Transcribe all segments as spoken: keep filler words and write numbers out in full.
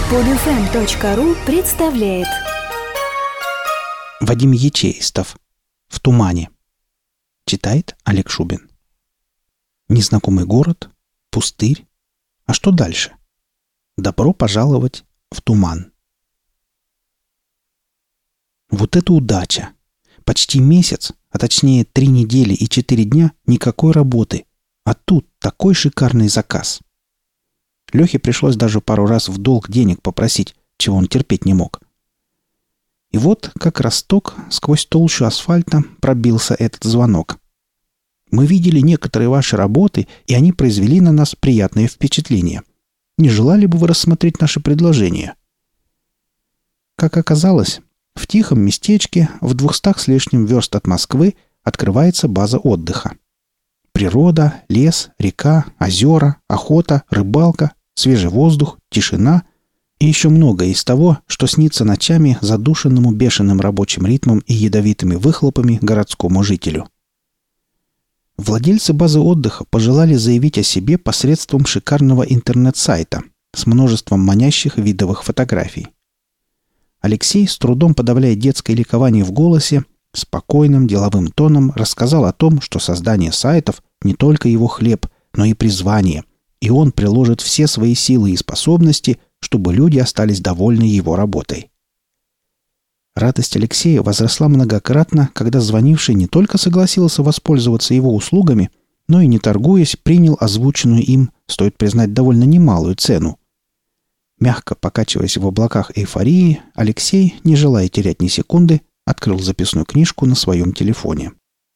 Подфм точка ру представляет Вадим Ячеистов. В тумане. Читает Олег Шубин. Незнакомый город, пустырь. А что дальше? Добро пожаловать в туман. Вот это удача! Почти месяц, а точнее три недели и четыре дня никакой работы. А тут такой шикарный заказ. Лехе пришлось даже пару раз в долг денег попросить, чего он терпеть не мог. И вот, как росток, сквозь толщу асфальта пробился этот звонок. Мы видели некоторые ваши работы, и они произвели на нас приятное впечатление. Не желали бы вы рассмотреть наши предложения? Как оказалось, в тихом местечке, в двухстах с лишним верст от Москвы, открывается база отдыха. Природа, лес, река, озера, охота, рыбалка, свежий воздух, тишина и еще многое из того, что снится ночами задушенному бешеным рабочим ритмом и ядовитыми выхлопами городскому жителю. Владельцы базы отдыха пожелали заявить о себе посредством шикарного интернет-сайта с множеством манящих видовых фотографий. Алексей, с трудом подавляя детское ликование в голосе, спокойным деловым тоном рассказал о том, что создание сайтов не только его хлеб, но и призвание, и он приложит все свои силы и способности, чтобы люди остались довольны его работой. Радость Алексея возросла многократно, когда звонивший не только согласился воспользоваться его услугами, но и, не торгуясь, принял озвученную им, стоит признать, довольно немалую цену. Мягко покачиваясь в облаках эйфории, Алексей, не желая терять ни секунды, открыл записную книжку на своем телефоне.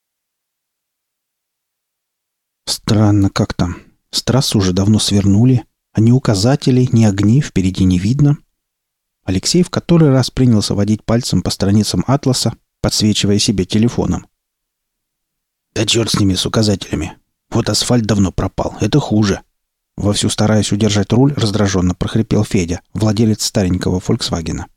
Странно как-то. С трассы уже давно свернули, а ни указателей, ни огней впереди не видно. Алексей в который раз принялся водить пальцем по страницам атласа, подсвечивая себе телефоном. «Да черт с ними, с указателями. Вот асфальт давно пропал. Это хуже». Вовсю стараясь удержать руль, раздраженно прохрипел Федя, владелец старенького «Фольксвагена».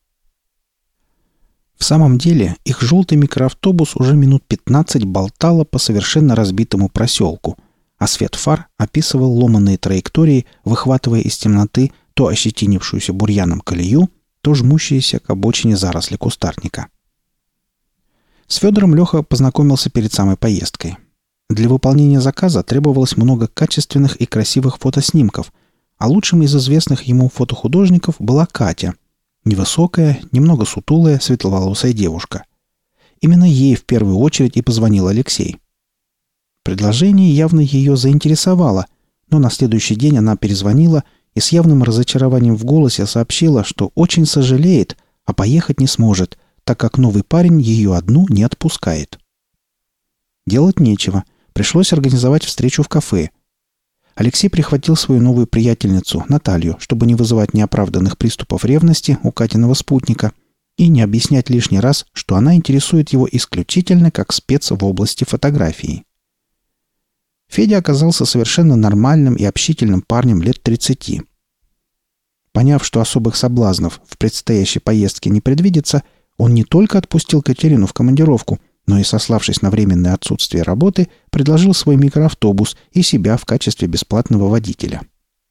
В самом деле, их желтый микроавтобус уже минут пятнадцать болтало по совершенно разбитому проселку, а свет фар описывал ломаные траектории, выхватывая из темноты то ощетинившуюся бурьяном колею, то жмущиеся к обочине заросли кустарника. С Федором Леха познакомился перед самой поездкой. Для выполнения заказа требовалось много качественных и красивых фотоснимков, а лучшим из известных ему фотохудожников была Катя, невысокая, немного сутулая, светловолосая девушка. Именно ей в первую очередь и позвонил Алексей. Предложение явно ее заинтересовало, но на следующий день она перезвонила и с явным разочарованием в голосе сообщила, что очень сожалеет, а поехать не сможет, так как новый парень ее одну не отпускает. Делать нечего, пришлось организовать встречу в кафе. Алексей прихватил свою новую приятельницу, Наталью, чтобы не вызывать неоправданных приступов ревности у Катиного спутника и не объяснять лишний раз, что она интересует его исключительно как спец в области фотографии. Федя оказался совершенно нормальным и общительным парнем лет тридцати. Поняв, что особых соблазнов в предстоящей поездке не предвидится, он не только отпустил Катерину в командировку, но и, сославшись на временное отсутствие работы, предложил свой микроавтобус и себя в качестве бесплатного водителя.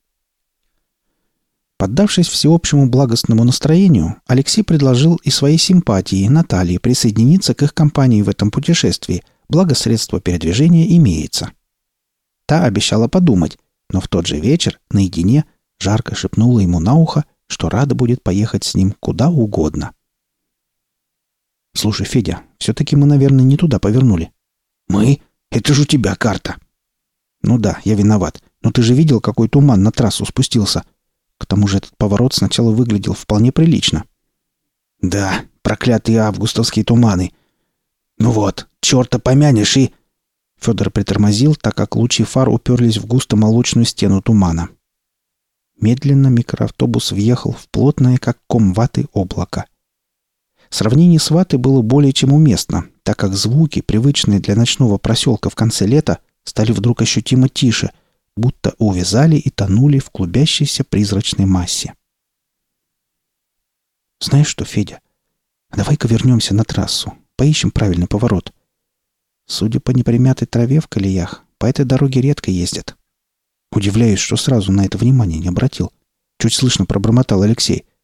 Поддавшись всеобщему благостному настроению, Алексей предложил и своей симпатии Наталье присоединиться к их компании в этом путешествии, благо средство передвижения имеется. Та обещала подумать, но в тот же вечер, наедине, жарко шепнула ему на ухо, что рада будет поехать с ним куда угодно. «Слушай, Федя, все-таки мы, наверное, не туда повернули». «Мы? Это же у тебя карта». «Ну да, я виноват. Но ты же видел, какой туман на трассу спустился. К тому же этот поворот сначала выглядел вполне прилично». «Да, проклятые августовские туманы. Ну вот, черта помянешь и...» Федор притормозил, так как лучи фар уперлись в густо-молочную стену тумана. Медленно микроавтобус въехал в плотное, как ком ваты, облако. Сравнение с ватой было более чем уместно, так как звуки, привычные для ночного проселка в конце лета, стали вдруг ощутимо тише, будто увязали и тонули в клубящейся призрачной массе. «Знаешь что, Федя, давай-ка вернемся на трассу, поищем правильный поворот. Судя по непримятой траве в колеях, по этой дороге редко ездят». Удивляюсь, что сразу на это внимание не обратил. Чуть слышно пробормотал Алексей.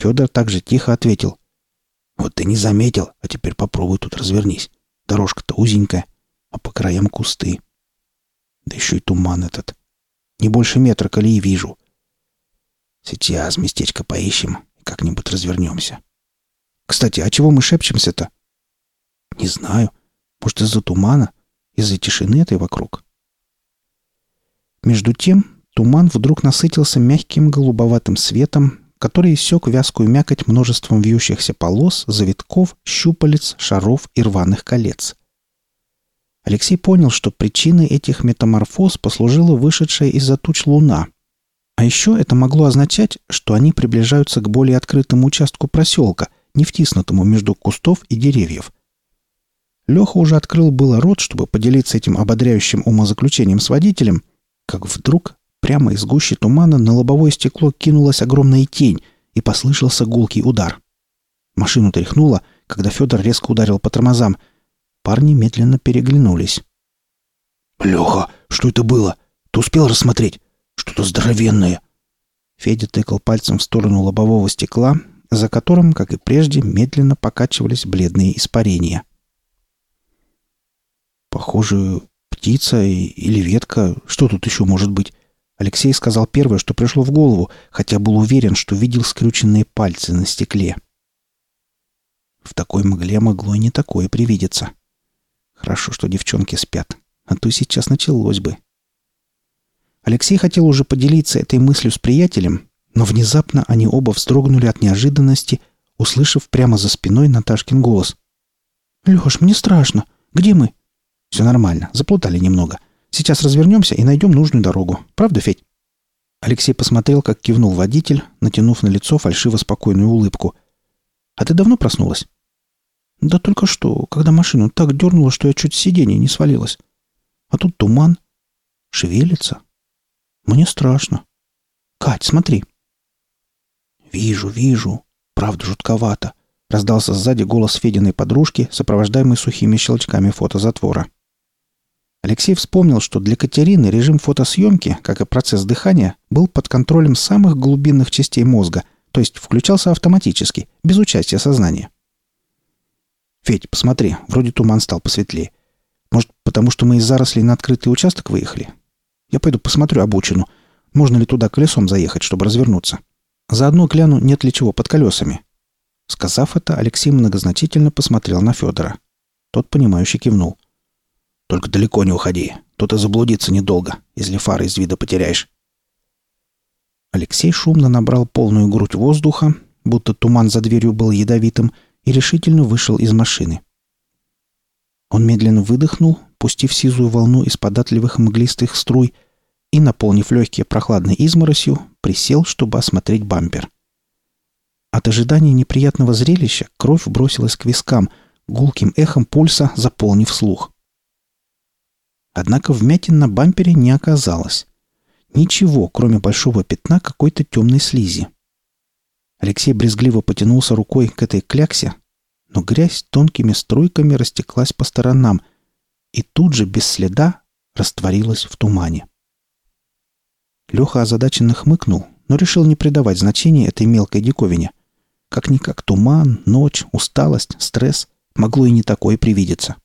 Федор также тихо ответил. «Вот ты не заметил, а теперь попробуй тут развернись. Дорожка-то узенькая, а по краям кусты. Да еще и туман этот. Не больше метра колеи вижу. Сейчас местечко поищем и как-нибудь развернемся. Кстати, а чего мы шепчемся-то?» «Не знаю. Может, из-за тумана, из-за тишины этой вокруг?» Между тем туман вдруг насытился мягким голубоватым светом, который иссек вязкую мякоть множеством вьющихся полос, завитков, щупалец, шаров и рваных колец. Алексей понял, что причиной этих метаморфоз послужила вышедшая из-за туч луна. А еще это могло означать, что они приближаются к более открытому участку проселка, не втиснутому между кустов и деревьев. Леха уже открыл было рот, чтобы поделиться этим ободряющим умозаключением с водителем, как вдруг прямо из гущи тумана на лобовое стекло кинулась огромная тень, и послышался гулкий удар. Машину тряхнуло, когда Федор резко ударил по тормозам. Парни медленно переглянулись. «Леха, что это было? Ты успел рассмотреть? Что-то здоровенное!» Федя тыкал пальцем в сторону лобового стекла, за которым, как и прежде, медленно покачивались бледные испарения. «Похоже, птица или ветка. Что тут еще может быть?» Алексей сказал первое, что пришло в голову, хотя был уверен, что видел скрюченные пальцы на стекле. В такой мгле могло и не такое привидеться. Хорошо, что девчонки спят, а то сейчас началось бы. Алексей хотел уже поделиться этой мыслью с приятелем, но внезапно они оба вздрогнули от неожиданности, услышав прямо за спиной Наташкин голос. «Леш, мне страшно. Где мы?» «Все нормально. Заплутали немного. Сейчас развернемся и найдем нужную дорогу. Правда, Федь?» Алексей посмотрел, как кивнул водитель, натянув на лицо фальшиво спокойную улыбку. «А ты давно проснулась?» «Да только что, когда машину так дернуло, что я чуть с сиденья не свалилась. А тут туман. Шевелится. Мне страшно. Кать, смотри». «Вижу, вижу. Правда, жутковато», — раздался сзади голос Фединой подружки, сопровождаемый сухими щелчками фотозатвора. Алексей вспомнил, что для Катерины режим фотосъемки, как и процесс дыхания, был под контролем самых глубинных частей мозга, то есть включался автоматически, без участия сознания. «Федь, посмотри, вроде туман стал посветлее. Может, потому что мы из зарослей на открытый участок выехали? Я пойду посмотрю обочину. Можно ли туда колесом заехать, чтобы развернуться? Заодно гляну, нет ли чего под колесами». Сказав это, Алексей многозначительно посмотрел на Федора. Тот, понимающе кивнул. «Только далеко не уходи. Тут и заблудиться недолго, если фары из вида потеряешь». Алексей шумно набрал полную грудь воздуха, будто туман за дверью был ядовитым, и решительно вышел из машины. Он медленно выдохнул, пустив сизую волну из податливых мглистых струй, и, наполнив легкие прохладной изморосью, присел, чтобы осмотреть бампер. От ожидания неприятного зрелища кровь бросилась к вискам, гулким эхом пульса заполнив слух. Однако вмятин на бампере не оказалось. Ничего, кроме большого пятна какой-то темной слизи. Алексей брезгливо потянулся рукой к этой кляксе, но грязь тонкими струйками растеклась по сторонам и тут же без следа растворилась в тумане. Леха озадаченно хмыкнул, но решил не придавать значения этой мелкой диковине. Как-никак туман, ночь, усталость, стресс — могло и не такое привидеться.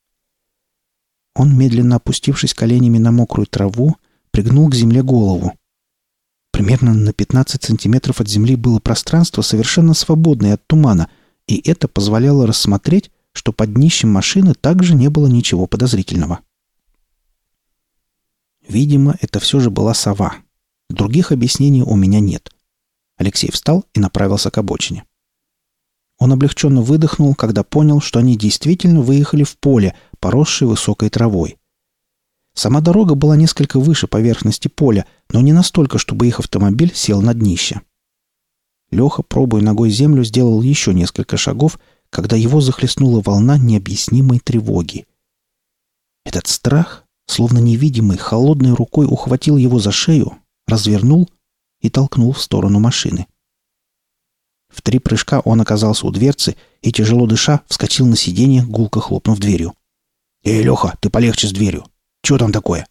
Он, медленно опустившись коленями на мокрую траву, пригнул к земле голову. Примерно на пятнадцать сантиметров от земли было пространство, совершенно свободное от тумана, и это позволяло рассмотреть, что под днищем машины также не было ничего подозрительного. Видимо, это все же была сова. Других объяснений у меня нет. Алексей встал и направился к обочине. Он облегченно выдохнул, когда понял, что они действительно выехали в поле, поросшее высокой травой. Сама дорога была несколько выше поверхности поля, но не настолько, чтобы их автомобиль сел на днище. Леха, пробуя ногой землю, сделал еще несколько шагов, когда его захлестнула волна необъяснимой тревоги. Этот страх, словно невидимый, холодной рукой ухватил его за шею, развернул и толкнул в сторону машины. В три прыжка он оказался у дверцы и, тяжело дыша, вскочил на сиденье, гулко хлопнув дверью. «Эй, Леха, ты полегче с дверью! Чего там такое?»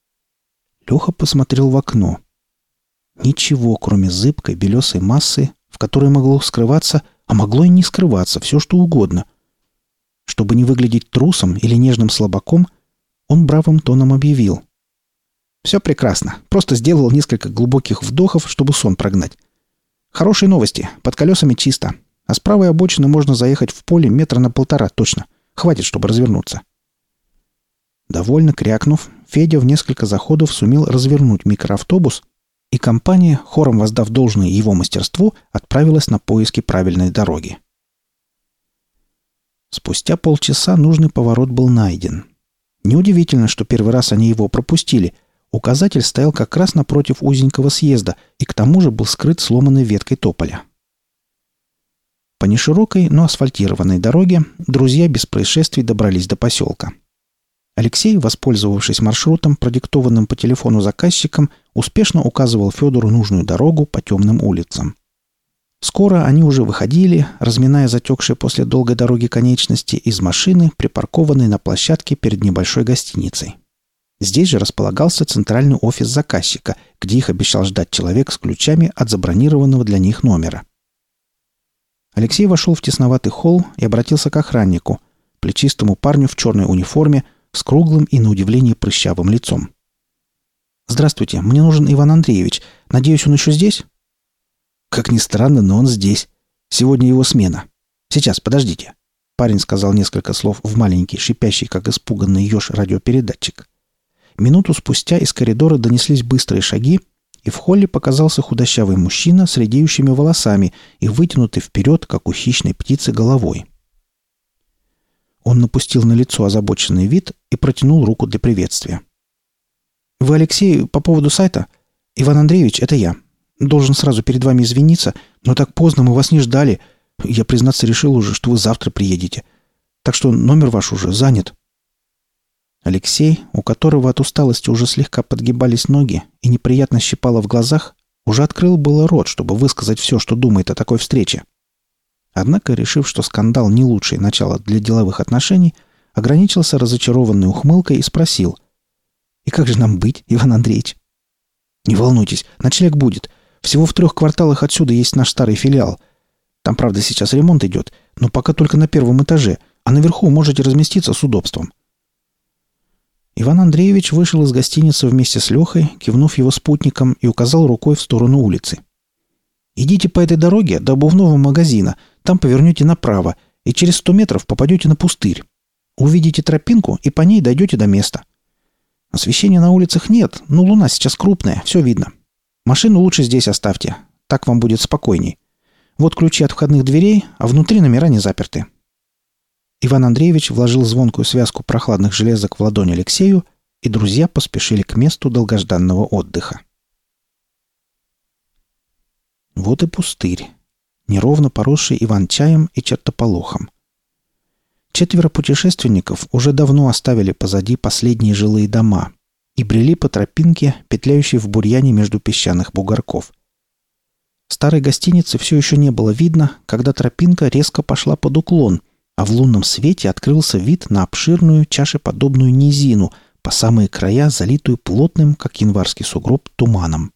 Леха посмотрел в окно. Ничего, кроме зыбкой белесой массы, в которой могло скрываться, а могло и не скрываться, все что угодно. Чтобы не выглядеть трусом или нежным слабаком, он бравым тоном объявил: «Все прекрасно. Просто сделал несколько глубоких вдохов, чтобы сон прогнать. Хорошие новости. Под колесами чисто. А с правой обочины можно заехать в поле метра на полтора точно. Хватит, чтобы развернуться». Довольно крякнув, Федя в несколько заходов сумел развернуть микроавтобус, и компания, хором воздав должное его мастерству, отправилась на поиски правильной дороги. Спустя полчаса нужный поворот был найден. Неудивительно, что первый раз они его пропустили. Указатель стоял как раз напротив узенького съезда и к тому же был скрыт сломанной веткой тополя. По неширокой, но асфальтированной дороге друзья без происшествий добрались до поселка. Алексей, воспользовавшись маршрутом, продиктованным по телефону заказчиком, успешно указывал Федору нужную дорогу по темным улицам. Скоро они уже выходили, разминая затекшие после долгой дороги конечности, из машины, припаркованной на площадке перед небольшой гостиницей. Здесь же располагался центральный офис заказчика, где их обещал ждать человек с ключами от забронированного для них номера. Алексей вошел в тесноватый холл и обратился к охраннику, плечистому парню в черной униформе, с круглым и, на удивление, прыщавым лицом. «Здравствуйте, мне нужен Иван Андреевич. Надеюсь, он еще здесь?» «Как ни странно, но он здесь. Сегодня его смена. Сейчас, подождите». Парень сказал несколько слов в маленький, шипящий, как испуганный еж, радиопередатчик. Минуту спустя из коридора донеслись быстрые шаги, и в холле показался худощавый мужчина с редеющими волосами и вытянутый вперед, как у хищной птицы, головой. Он напустил на лицо озабоченный вид и протянул руку для приветствия. «Вы, Алексей, по поводу сайта? Иван Андреевич, это я. Должен сразу перед вами извиниться, но так поздно мы вас не ждали. Я, признаться, решил уже, что вы завтра приедете. Так что номер ваш уже занят». Алексей, у которого от усталости уже слегка подгибались ноги и неприятно щипало в глазах, уже открыл было рот, чтобы высказать все, что думает о такой встрече. Однако, решив, что скандал не лучшее начало для деловых отношений, ограничился разочарованной ухмылкой и спросил: «И как же нам быть, Иван Андреевич?» «Не волнуйтесь, ночлег будет. Всего в трех кварталах отсюда есть наш старый филиал. Там, правда, сейчас ремонт идет, но пока только на первом этаже, а наверху можете разместиться с удобством». Иван Андреевич вышел из гостиницы вместе с Лехой, кивнув его спутником, и указал рукой в сторону улицы. «Идите по этой дороге до обувного магазина, там повернете направо, и через сто метров попадете на пустырь. Увидите тропинку, и по ней дойдете до места. Освещения на улицах нет, но луна сейчас крупная, все видно. Машину лучше здесь оставьте, так вам будет спокойней. Вот ключи от входных дверей, а внутри номера не заперты». Иван Андреевич вложил звонкую связку прохладных железок в ладонь Алексею, и друзья поспешили к месту долгожданного отдыха. Вот и пустырь, неровно поросший иван-чаем и чертополохом. Четверо путешественников уже давно оставили позади последние жилые дома и брели по тропинке, петляющей в бурьяне между песчаных бугорков. Старой гостиницы все еще не было видно, когда тропинка резко пошла под уклон, а в лунном свете открылся вид на обширную чашеподобную низину, по самые края залитую плотным, как январский сугроб, туманом.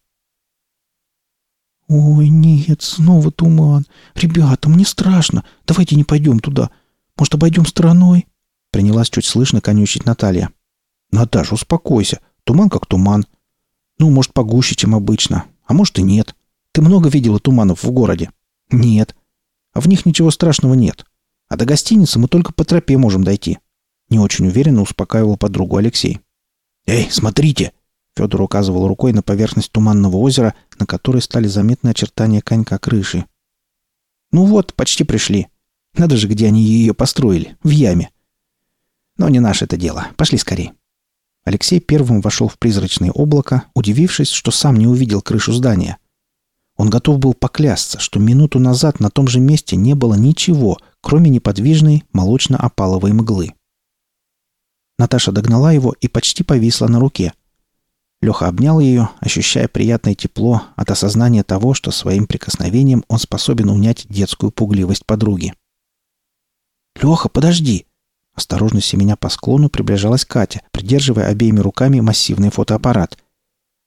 «Ой, нет, снова туман. Ребята, мне страшно. Давайте не пойдем туда. Может, обойдем стороной?» Принялась чуть слышно конючить Наталья. «Наташа, успокойся. Туман как туман. Ну, может, погуще, чем обычно. А может и нет. Ты много видела туманов в городе?» «Нет. А в них ничего страшного нет. А до гостиницы мы только по тропе можем дойти». Не очень уверенно успокаивал подругу Алексей. «Эй, смотрите!» Федор указывал рукой на поверхность туманного озера, на которой стали заметны очертания конька крыши. «Ну вот, почти пришли. Надо же, где они ее построили. В яме. Но не наше это дело. Пошли скорей». Алексей первым вошел в призрачное облако, удивившись, что сам не увидел крышу здания. Он готов был поклясться, что минуту назад на том же месте не было ничего, кроме неподвижной молочно-опаловой мглы. Наташа догнала его и почти повисла на руке. Леха обнял ее, ощущая приятное тепло от осознания того, что своим прикосновением он способен унять детскую пугливость подруги. «Леха, подожди!» Осторожно семеня по склону приближалась Катя, придерживая обеими руками массивный фотоаппарат.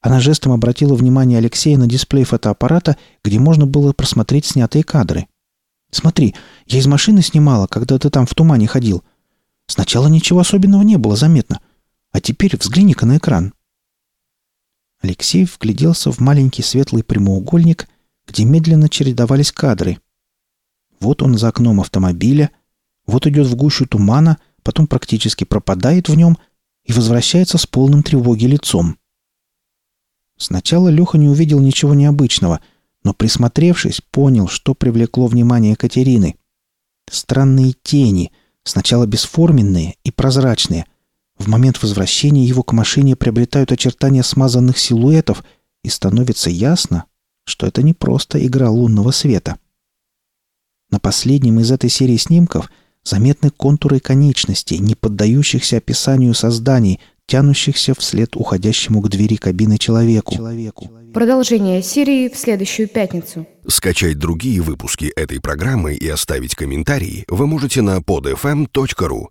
Она жестом обратила внимание Алексея на дисплей фотоаппарата, где можно было просмотреть снятые кадры. «Смотри, я из машины снимала, когда ты там в тумане ходил. Сначала ничего особенного не было заметно. А теперь взгляни-ка на экран». Алексей вгляделся в маленький светлый прямоугольник, где медленно чередовались кадры. Вот он за окном автомобиля, вот идет в гущу тумана, потом практически пропадает в нем и возвращается с полным тревоги лицом. Сначала Леха не увидел ничего необычного, но, присмотревшись, понял, что привлекло внимание Катерины. Странные тени, сначала бесформенные и прозрачные. В момент возвращения его к машине приобретают очертания смазанных силуэтов, и становится ясно, что это не просто игра лунного света. На последнем из этой серии снимков заметны контуры конечностей, не поддающихся описанию созданий, тянущихся вслед уходящему к двери кабины человеку. Продолжение серии в следующую пятницу. Скачать другие выпуски этой программы и оставить комментарии вы можете на под эф эм точка ру.